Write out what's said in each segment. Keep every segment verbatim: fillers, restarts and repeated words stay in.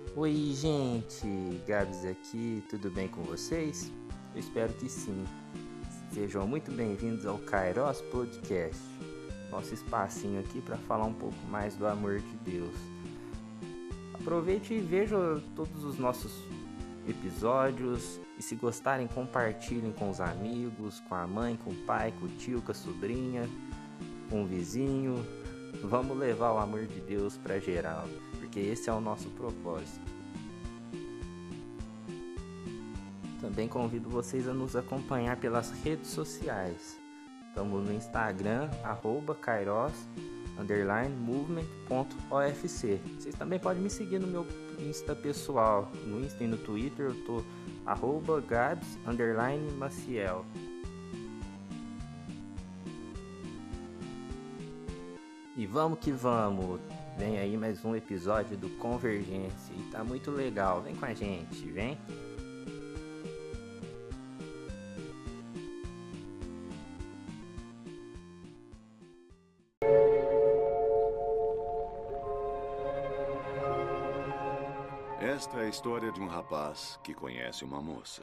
Oi, gente, Gabs aqui, tudo bem com vocês? Eu espero que sim. Sejam muito bem-vindos ao Kairos Podcast, nosso espacinho aqui para falar um pouco mais do amor de Deus. Aproveite e veja todos os nossos episódios e, se gostarem, compartilhem com os amigos, com a mãe, com o pai, com o tio, com a sobrinha, com o vizinho. Vamos levar o amor de Deus para geral, porque esse é o nosso propósito. Também convido vocês a nos acompanhar pelas redes sociais. Estamos no Instagram, arroba kairos, underline, movement ponto o f c. Vocês também podem me seguir no meu Insta pessoal. No Insta e no Twitter eu tô arroba gabs, underline, maciel. E vamos que vamos! Vem aí mais um episódio do Convergência e tá muito legal. Vem com a gente, vem! Esta é a história de um rapaz que conhece uma moça.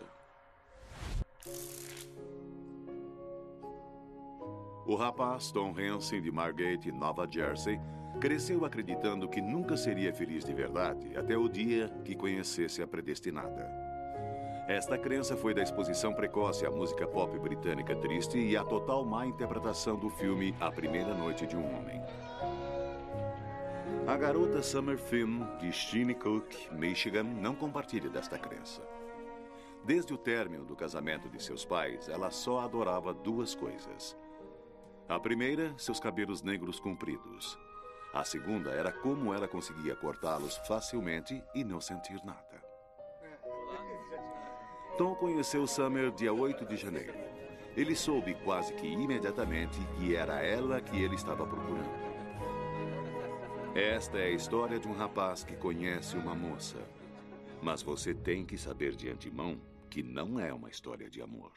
O rapaz, Tom Hansen, de Margate, Nova Jersey, cresceu acreditando que nunca seria feliz de verdade até o dia que conhecesse a predestinada. Esta crença foi da exposição precoce à música pop britânica triste e à total má interpretação do filme A Primeira Noite de um Homem. A garota Summer Finn, de Shinnecock, Michigan, não compartilha desta crença. Desde o término do casamento de seus pais, ela só adorava duas coisas. A primeira, seus cabelos negros compridos. A segunda era como ela conseguia cortá-los facilmente e não sentir nada. Tom conheceu Summer dia oito de janeiro. Ele soube quase que imediatamente que era ela que ele estava procurando. Esta é a história de um rapaz que conhece uma moça. Mas você tem que saber de antemão que não é uma história de amor.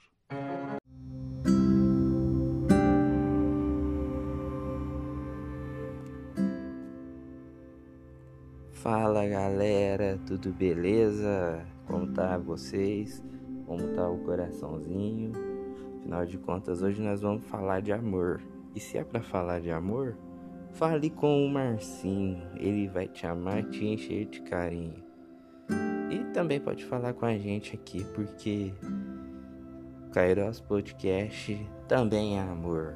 Fala galera, tudo beleza? Como tá vocês? Como tá o coraçãozinho? Afinal de contas, hoje nós vamos falar de amor. E se é pra falar de amor, fale com o Marcinho, ele vai te amar e te encher de carinho. E também pode falar com a gente aqui, porque o Kairos Podcast também é amor.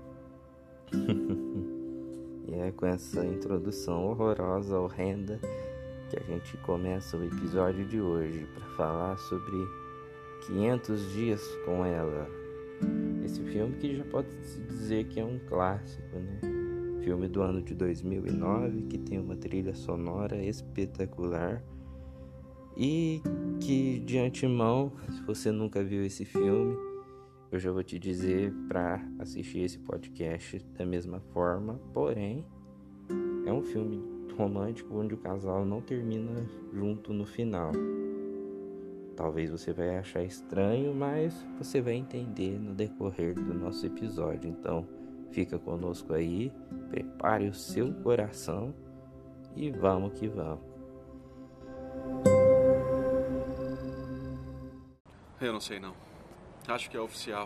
E é com essa introdução horrorosa, horrenda, que a gente começa o episódio de hoje para falar sobre quinhentos dias com ela. Esse filme que já pode se dizer que é um clássico, né? Filme do ano de dois mil e nove, que tem uma trilha sonora espetacular e que, de antemão, se você nunca viu esse filme, eu já vou te dizer para assistir esse podcast da mesma forma. Porém, é um filme romântico onde o casal não termina junto no final. Talvez você vai achar estranho, mas você vai entender no decorrer do nosso episódio. Então, fica conosco aí, prepare o seu coração e vamos que vamos. Eu não sei não. Acho que é oficial.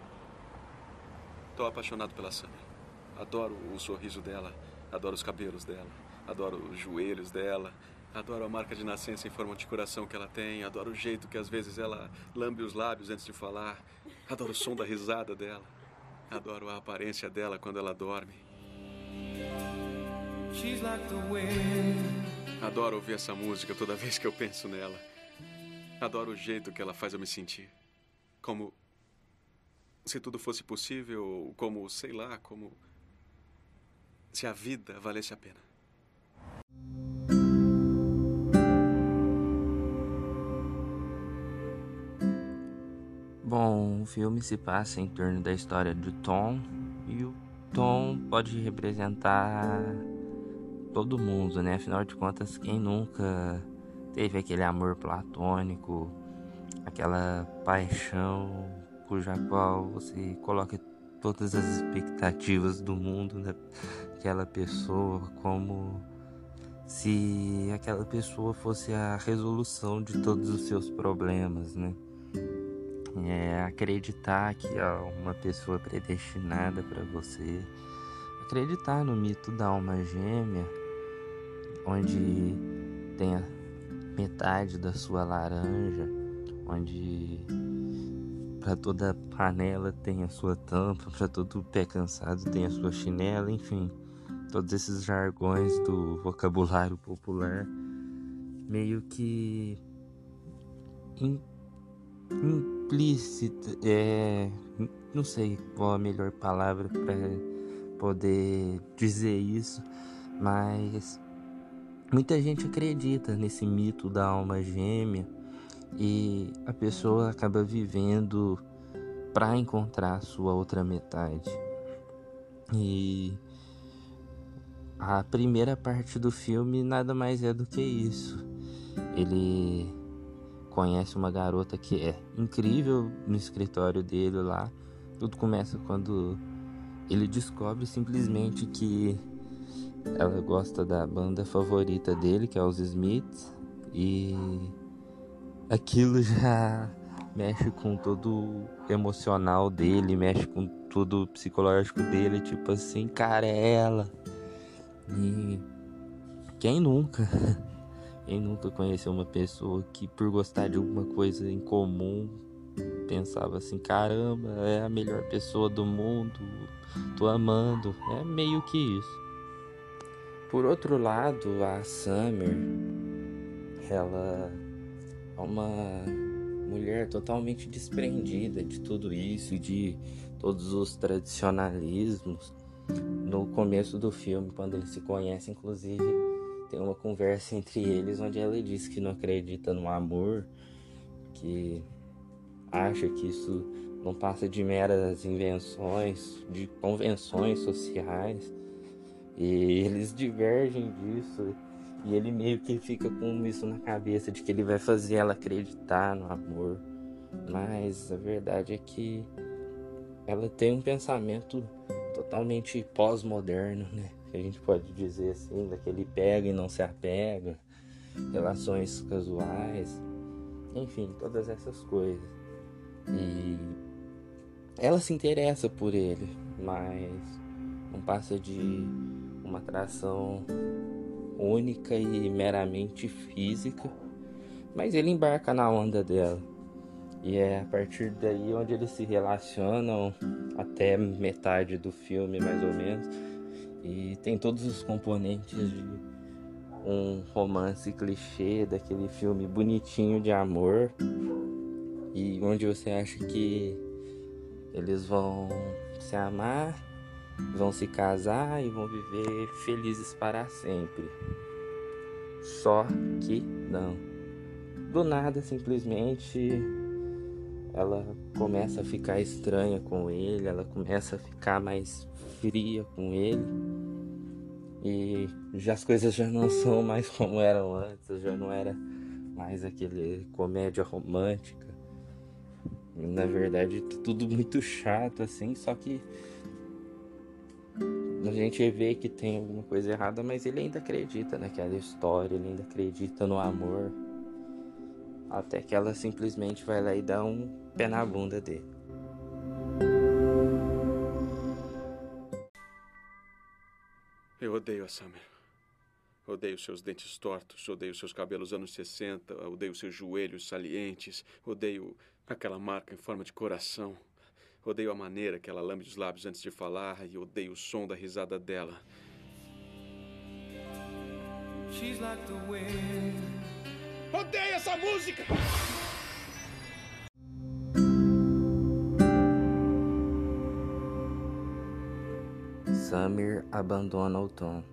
Tô apaixonado pela Summer. Adoro o sorriso dela, adoro os cabelos dela, adoro os joelhos dela, adoro a marca de nascença em forma de coração que ela tem, adoro o jeito que às vezes ela lambe os lábios antes de falar, adoro o som da risada dela, adoro a aparência dela quando ela dorme. Adoro ouvir essa música toda vez que eu penso nela. Adoro o jeito que ela faz eu me sentir. Como se tudo fosse possível, como, sei lá, como se a vida valesse a pena. Bom, o filme se passa em torno da história do Tom, e o Tom pode representar todo mundo, né? Afinal de contas, quem nunca teve aquele amor platônico, aquela paixão cuja qual você coloca todas as expectativas do mundo naquela pessoa, como se aquela pessoa fosse a resolução de todos os seus problemas, né? É acreditar que há uma pessoa predestinada para você, acreditar no mito da alma gêmea, onde tem a metade da sua laranja, onde para toda panela tem a sua tampa, para todo pé cansado tem a sua chinela, enfim, todos esses jargões do vocabulário popular meio que in, implícita, é, não sei qual a melhor palavra para poder dizer isso, mas muita gente acredita nesse mito da alma gêmea e a pessoa acaba vivendo para encontrar a sua outra metade. E a primeira parte do filme nada mais é do que isso. Ele conhece uma garota que é incrível no escritório dele lá. Tudo começa quando ele descobre simplesmente que ela gosta da banda favorita dele, que é os Smiths, e aquilo já mexe com todo o emocional dele, mexe com tudo o psicológico dele, tipo assim, cara, é ela. E quem nunca, quem nunca conheceu uma pessoa que por gostar de alguma coisa em comum pensava assim, caramba, é a melhor pessoa do mundo, tô amando, é meio que isso. Por outro lado, a Summer, ela é uma mulher totalmente desprendida de tudo isso, de todos os tradicionalismos. No começo do filme, quando eles se conhecem, inclusive, tem uma conversa entre eles onde ela diz que não acredita no amor, que acha que isso não passa de meras invenções, de convenções sociais, e eles divergem disso, e ele meio que fica com isso na cabeça de que ele vai fazer ela acreditar no amor, mas a verdade é que ela tem um pensamento totalmente pós-moderno, né? Que a gente pode dizer assim, daquele pega e não se apega, relações casuais, enfim, todas essas coisas. E ela se interessa por ele, mas não passa de uma atração única e meramente física, mas ele embarca na onda dela. E é a partir daí onde eles se relacionam até metade do filme, mais ou menos. E tem todos os componentes de um romance clichê, daquele filme bonitinho de amor. E onde você acha que eles vão se amar, vão se casar e vão viver felizes para sempre. Só que não. Do nada, simplesmente, ela começa a ficar estranha com ele, ela começa a ficar mais fria com ele, e já as coisas já não são mais como eram antes, já não era mais aquele comédia romântica. Na verdade, tudo muito chato assim, só que a gente vê que tem alguma coisa errada, mas ele ainda acredita naquela história, ele ainda acredita no amor. Até que ela simplesmente vai lá e dá um pé na bunda dele. Eu odeio a Summer. Odeio seus dentes tortos, odeio seus cabelos anos sessenta, odeio seus joelhos salientes, odeio aquela marca em forma de coração. Odeio a maneira que ela lambe os lábios antes de falar e odeio o som da risada dela. She's like the wind. Odeio essa música! Summer abandona o Tom.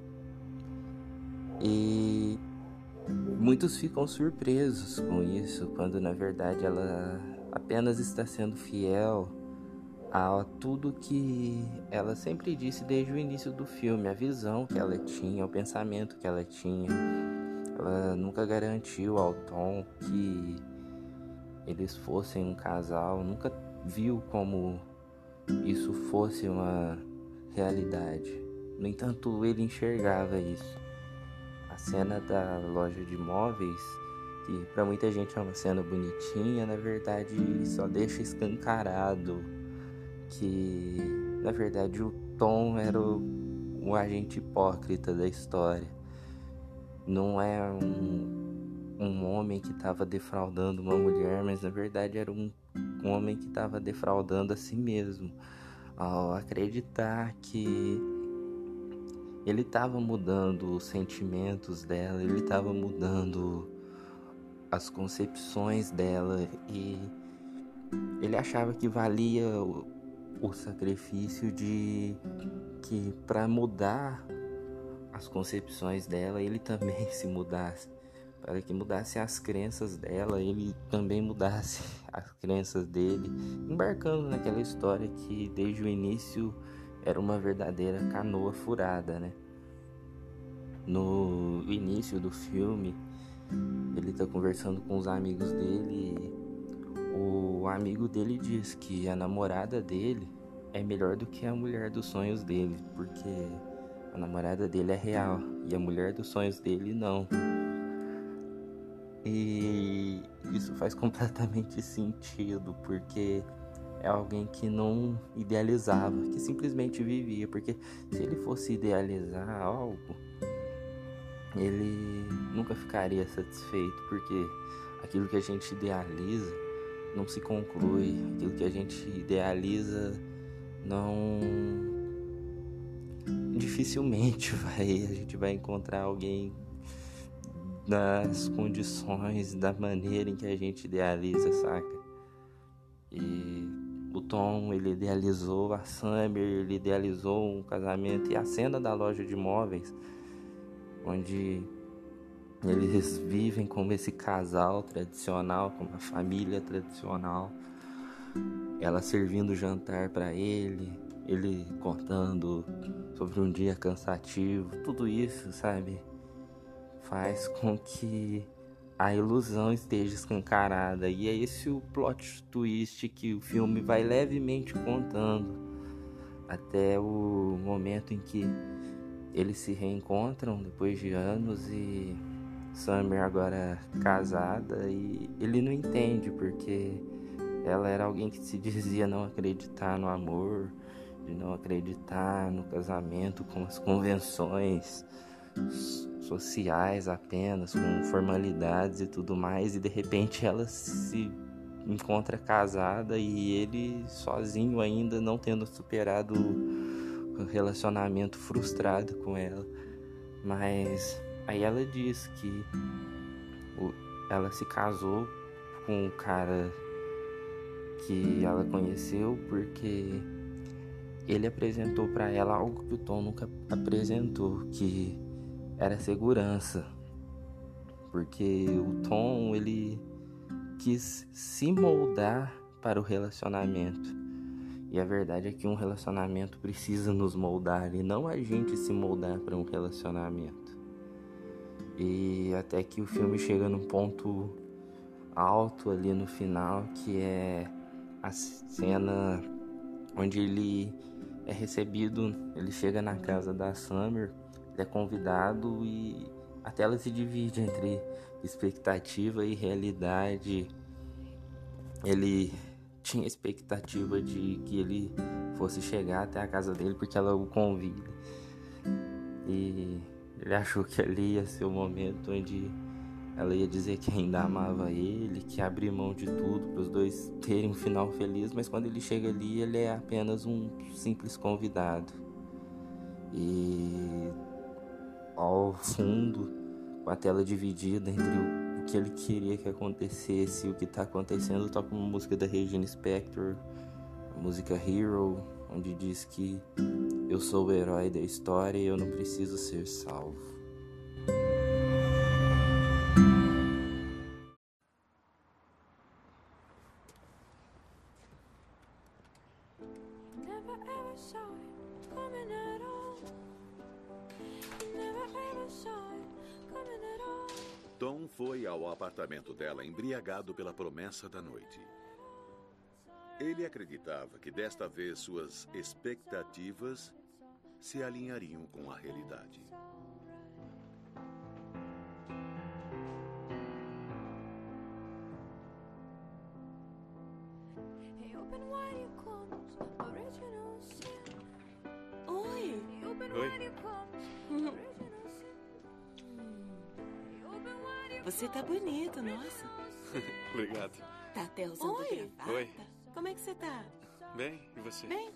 E muitos ficam surpresos com isso, quando na verdade ela apenas está sendo fiel a tudo que ela sempre disse desde o início do filme, a visão que ela tinha, o pensamento que ela tinha. Ela nunca garantiu ao Tom que eles fossem um casal, nunca viu como isso fosse uma realidade. No entanto, ele enxergava isso. A cena da loja de móveis, que pra muita gente é uma cena bonitinha, na verdade só deixa escancarado que, na verdade, o Tom era o, o agente hipócrita da história. Não é um, um homem que estava defraudando uma mulher, mas na verdade era um, um homem que estava defraudando a si mesmo, ao acreditar que ele estava mudando os sentimentos dela, ele estava mudando as concepções dela, e ele achava que valia o, o sacrifício de que para mudar as concepções dela, ele também se mudasse, para que mudasse as crenças dela, ele também mudasse as crenças dele, embarcando naquela história que desde o início era uma verdadeira canoa furada, né? No início do filme, ele tá conversando com os amigos dele, e o amigo dele diz que a namorada dele é melhor do que a mulher dos sonhos dele, porque a namorada dele é real e a mulher dos sonhos dele não. E isso faz completamente sentido, porque é alguém que não idealizava, que simplesmente vivia, porque se ele fosse idealizar algo, ele nunca ficaria satisfeito, porque aquilo que a gente idealiza não se conclui, aquilo que a gente idealiza não... dificilmente vai, a gente vai encontrar alguém nas condições, da maneira em que a gente idealiza, saca? E o Tom, ele idealizou a Summer, ele idealizou um casamento, e a cena da loja de móveis, onde eles vivem como esse casal tradicional, como a família tradicional, ela servindo jantar para ele, ele contando sobre um dia cansativo, tudo isso, sabe, faz com que a ilusão esteja escancarada, e é esse o plot twist que o filme vai levemente contando até o momento em que eles se reencontram depois de anos, e Summer agora casada, e ele não entende porque ela era alguém que se dizia não acreditar no amor, de não acreditar no casamento com as convenções sociais apenas, com formalidades e tudo mais, e de repente ela se encontra casada e ele sozinho ainda, não tendo superado o relacionamento frustrado com ela. Mas aí ela diz que o, ela se casou com o cara que ela conheceu porque ele apresentou para ela algo que o Tom nunca apresentou, que era segurança. Porque o Tom, ele quis se moldar para o relacionamento. E a verdade é que um relacionamento precisa nos moldar e não a gente se moldar para um relacionamento. E até que o filme chega num ponto alto ali no final, que é a cena onde ele é recebido, ele chega na casa da Summer, ele é convidado e a tela se divide entre expectativa e realidade. Ele tinha expectativa de que ele fosse chegar até a casa dele porque ela o convida, e ele achou que ali ia ser o momento onde ela ia dizer que ainda amava ele, que abrir mão de tudo para os dois terem um final feliz, mas quando ele chega ali, ele é apenas um simples convidado. E ao fundo, com a tela dividida entre o, o que ele queria que acontecesse e o que está acontecendo, toca uma música da Regina Spektor, a música Hero, onde diz que eu sou o herói da história e eu não preciso ser salvo. Tom foi ao apartamento dela embriagado pela promessa da noite. Ele acreditava que desta vez suas expectativas se alinhariam com a realidade. Oi. Oi. Você tá bonito, nossa. Obrigado. Tá até usando Oi. gravata. Oi. Como é que você tá? Bem, e você? Bem?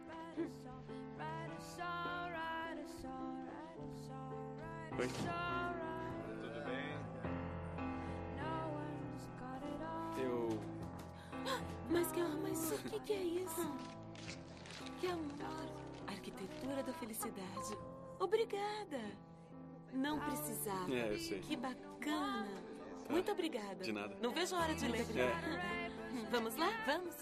Oi. Tudo bem? Eu... Mas que mas o que, que é isso? Que amor. Arquitetura da felicidade. Obrigada. Não precisava. É, eu sei. Que bacana. Muito obrigada. De nada. Não vejo a hora de ler. É. Vamos lá? Vamos.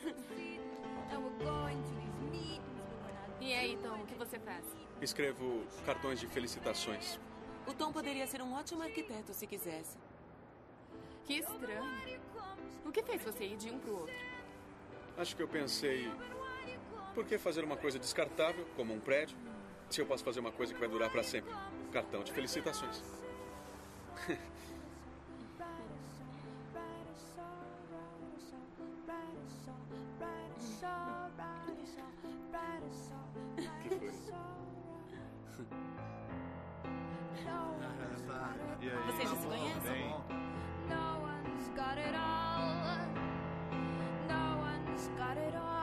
E aí, Tom, o que você faz? Escrevo cartões de felicitações. O Tom poderia ser um ótimo arquiteto se quisesse. Que estranho. O que fez você ir de um pro outro? Acho que eu pensei... Por que fazer uma coisa descartável, como um prédio, se eu posso fazer uma coisa que vai durar para sempre? Cartão de felicitações. Que foi? Vocês já se conhecem? No one's got it all. No one's got it all.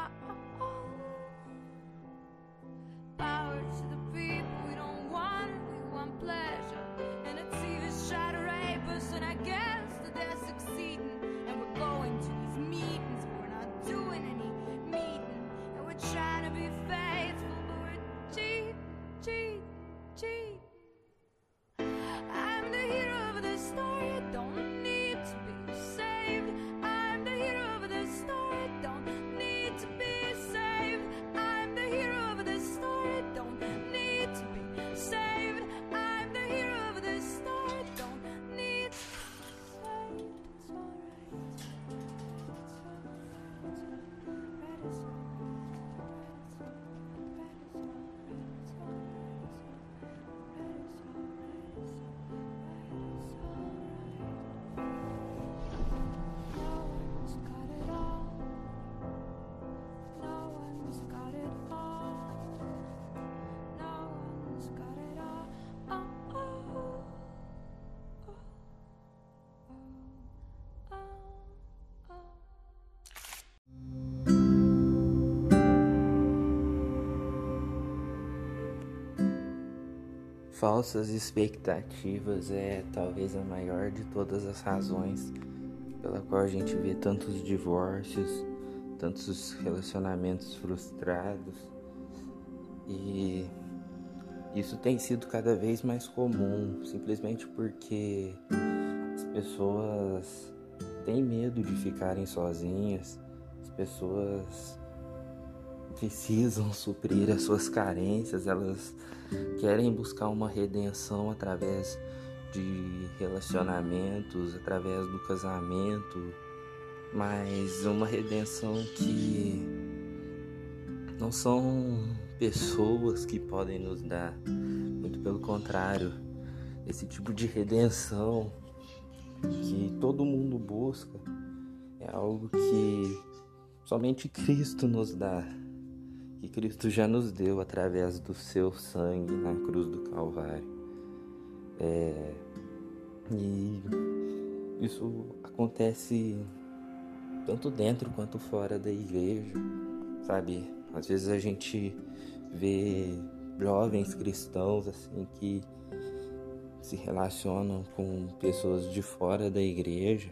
Power to the people, we don't want it, we want pleasure. And it's even shot rape us, and I guess that they're succeeding. And we're going to these meetings, but we're not doing any meeting. And we're trying to be faithful, but we're cheating, cheating, cheating. I'm the hero of the story, I don't need to be saved. I'm the hero of the story, I don't need to be saved. I'm the hero of the story, I don't need to be saved. I'm the hero of the story, I don't need to be saved. It's alright. It's alright. Falsas expectativas é talvez a maior de todas as razões pela qual a gente vê tantos divórcios, tantos relacionamentos frustrados, e isso tem sido cada vez mais comum, simplesmente porque as pessoas têm medo de ficarem sozinhas, as pessoas precisam suprir as suas carências, elas querem buscar uma redenção através de relacionamentos, através do casamento, mas uma redenção que não são pessoas que podem nos dar, muito pelo contrário, esse tipo de redenção que todo mundo busca é algo que somente Cristo nos dá, que Cristo já nos deu através do seu sangue na cruz do Calvário. É, e isso acontece tanto dentro quanto fora da igreja, sabe? Às vezes a gente vê jovens cristãos assim que se relacionam com pessoas de fora da igreja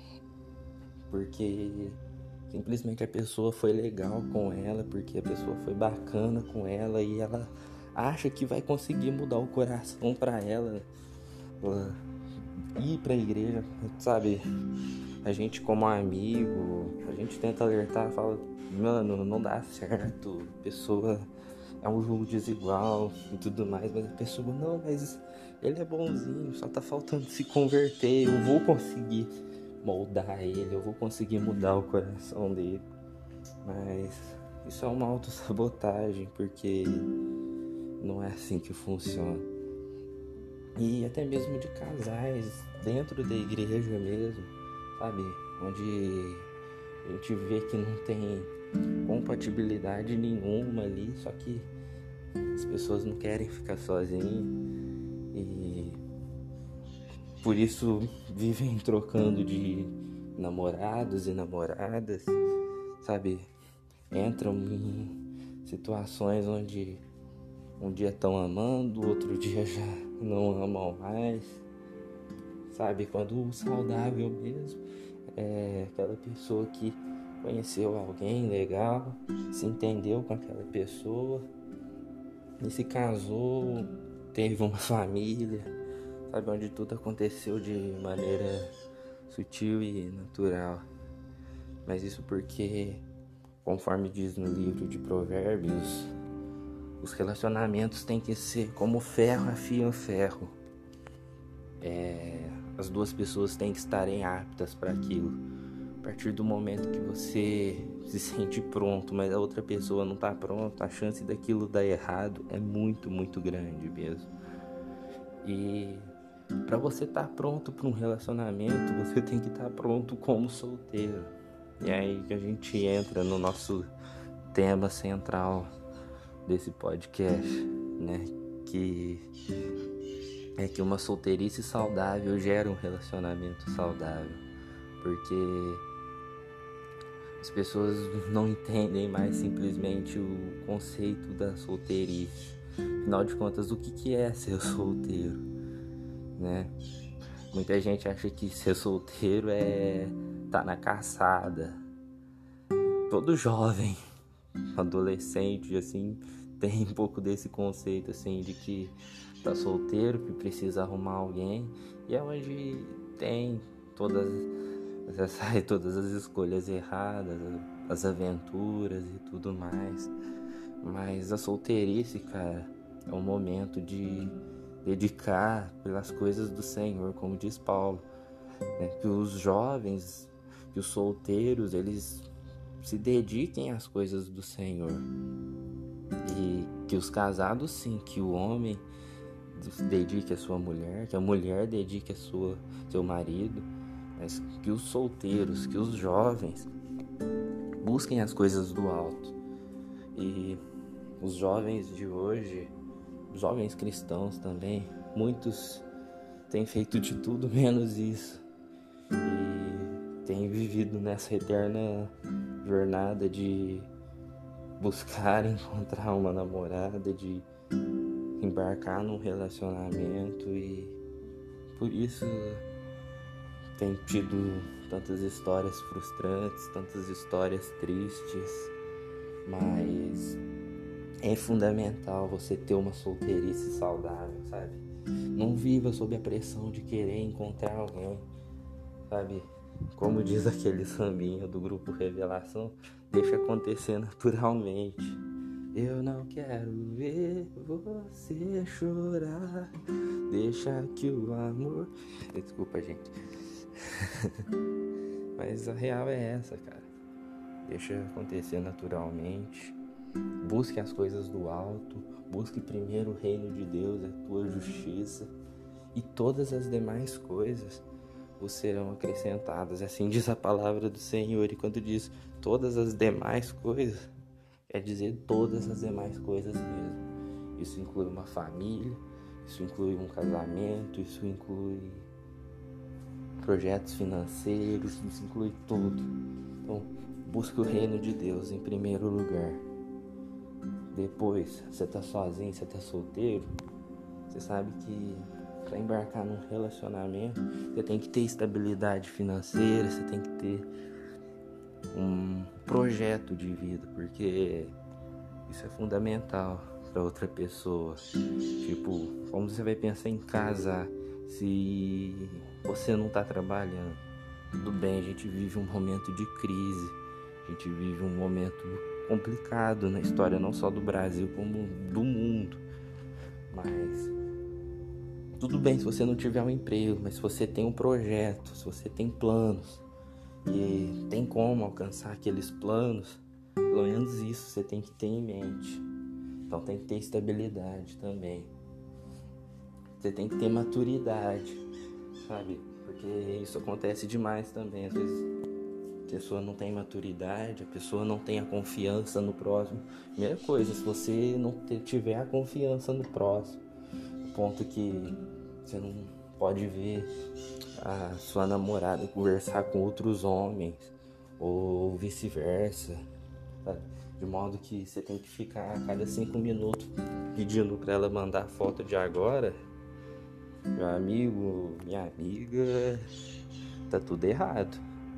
porque simplesmente a pessoa foi legal com ela, porque a pessoa foi bacana com ela e ela acha que vai conseguir mudar o coração pra ela, ela ir pra igreja, sabe? A gente como amigo, a gente tenta alertar, fala, mano, não dá certo, a pessoa é um jogo desigual e tudo mais, mas a pessoa, não, mas ele é bonzinho, só tá faltando se converter, eu vou conseguir moldar ele, eu vou conseguir mudar o coração dele. Mas isso é uma autossabotagem, porque não é assim que funciona. E até mesmo de casais dentro da igreja mesmo, sabe? Onde a gente vê que não tem compatibilidade nenhuma ali, só que as pessoas não querem ficar sozinhas e por isso vivem trocando de namorados e namoradas, sabe? Entram em situações onde um dia estão amando, outro dia já não amam mais, sabe? Quando o saudável mesmo é aquela pessoa que conheceu alguém legal, se entendeu com aquela pessoa e se casou, teve uma família, sabe? Onde tudo aconteceu de maneira sutil e natural. Mas isso porque, conforme diz no livro de Provérbios, os relacionamentos têm que ser como ferro afia ferro. É, as duas pessoas têm que estarem aptas para aquilo. A partir do momento que você se sente pronto, mas a outra pessoa não está pronta, a chance daquilo dar errado é muito, muito grande mesmo. E para você estar pronto para um relacionamento, você tem que estar pronto como solteiro. E é aí que a gente entra no nosso tema central desse podcast, né? Que é que uma solteirice saudável gera um relacionamento saudável. Porque as pessoas não entendem mais simplesmente o conceito da solteirice. Afinal de contas, o que, que é ser solteiro, né? Muita gente acha que ser solteiro é estar na caçada. Todo jovem, adolescente, assim, tem um pouco desse conceito, assim, de que tá solteiro, que precisa arrumar alguém. E é onde tem todas, sai todas as escolhas erradas, as aventuras e tudo mais. Mas a solteirice, cara, é um momento de dedicar pelas coisas do Senhor, como diz Paulo, né? Que os jovens, que os solteiros, eles se dediquem às coisas do Senhor. E que os casados, sim, que o homem dedique a sua mulher, que a mulher dedique a sua, seu marido, mas que os solteiros, que os jovens busquem as coisas do alto. E os jovens de hoje, os jovens cristãos também, muitos têm feito de tudo menos isso. E têm vivido nessa eterna jornada de buscar encontrar uma namorada, de embarcar num relacionamento, e por isso tem tido tantas histórias frustrantes, tantas histórias tristes, mas é fundamental você ter uma solteirice saudável, sabe? Não viva sob a pressão de querer encontrar alguém, sabe? Como diz aquele sambinha do grupo Revelação, deixa acontecer naturalmente. Eu não quero ver você chorar, deixa que o amor... Desculpa, gente. Mas a real é essa, cara. Deixa acontecer naturalmente. Busque as coisas do alto. Busque primeiro o reino de Deus, a tua justiça, e todas as demais coisas vos serão acrescentadas. Assim diz a palavra do Senhor. E quando diz todas as demais coisas, quer dizer todas as demais coisas mesmo. Isso inclui uma família, isso inclui um casamento, isso inclui projetos financeiros, isso inclui tudo. Então, busque o reino de Deus em primeiro lugar. Depois, você tá sozinho, você tá solteiro, você sabe que para embarcar num relacionamento, você tem que ter estabilidade financeira, você tem que ter um projeto de vida, porque isso é fundamental para outra pessoa. Tipo, como você vai pensar em casar se você não tá trabalhando? Tudo bem, a gente vive um momento de crise, a gente vive um momento complicado na história não só do Brasil, como do mundo. Mas tudo bem se você não tiver um emprego, mas se você tem um projeto, se você tem planos e tem como alcançar aqueles planos, pelo menos isso você tem que ter em mente. Então tem que ter estabilidade também. Você tem que ter maturidade, sabe? Porque isso acontece demais também. Às vezes pessoa não tem maturidade, a pessoa não tem a confiança no próximo. Primeira coisa, se você não tiver a confiança no próximo, o ponto que você não pode ver a sua namorada conversar com outros homens, ou vice-versa, sabe? De modo que você tem que ficar a cada cinco minutos pedindo pra ela mandar foto de agora. Meu amigo, minha amiga, tá tudo errado.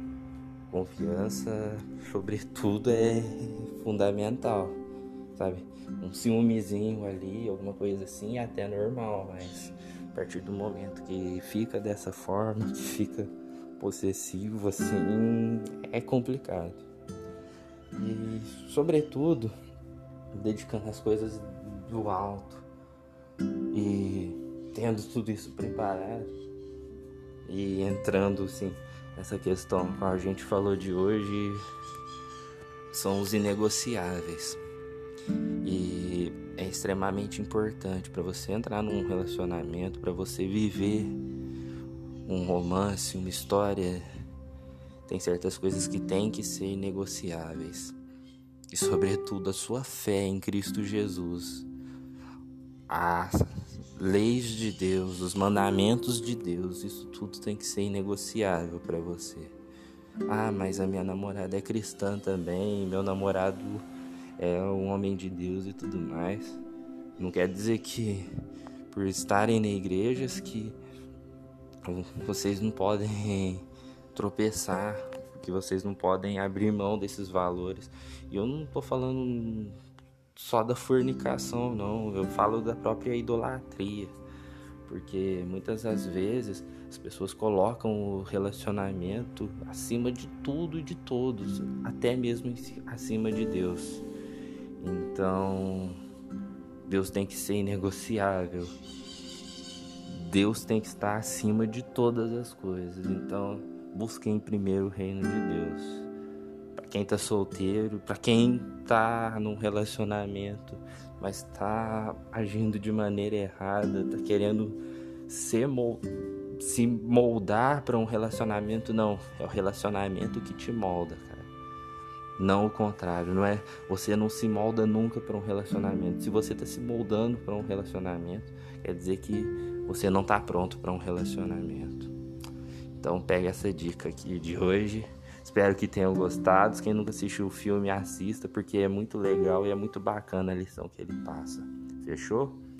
Confiança, sobretudo, é fundamental, sabe? Um ciúmezinho ali, alguma coisa assim, é até normal, mas a partir do momento que fica dessa forma, que fica possessivo, assim, é complicado. E, sobretudo, dedicando as coisas do alto e tendo tudo isso preparado e entrando, assim, nessa questão que a gente falou de hoje, são os inegociáveis. E é extremamente importante para você entrar num relacionamento, para você viver um romance, uma história. Tem certas coisas que tem que ser inegociáveis. E sobretudo a sua fé em Cristo Jesus. As leis de Deus, os mandamentos de Deus, isso tudo tem que ser inegociável para você. Ah, mas a minha namorada é cristã também, meu namorado é um homem de Deus e tudo mais. Não quer dizer que por estarem na igreja que vocês não podem tropeçar, que vocês não podem abrir mão desses valores. E eu não tô falando só da fornicação, não. Eu falo da própria idolatria. Porque muitas das vezes as pessoas colocam o relacionamento acima de tudo e de todos, até mesmo acima de Deus. Então, Deus tem que ser inegociável. Deus tem que estar acima de todas as coisas. Então, busquem primeiro o reino de Deus. Para quem tá solteiro, para quem tá num relacionamento, mas tá agindo de maneira errada, tá querendo ser mol- se moldar para um relacionamento, não. É o relacionamento que te molda, cara. Não o contrário, não é? Você não se molda nunca para um relacionamento. Se você tá se moldando para um relacionamento, quer dizer que você não tá pronto para um relacionamento. Então pega essa dica aqui de hoje. Espero que tenham gostado. Quem nunca assistiu o filme, assista, porque é muito legal e é muito bacana a lição que ele passa. Fechou?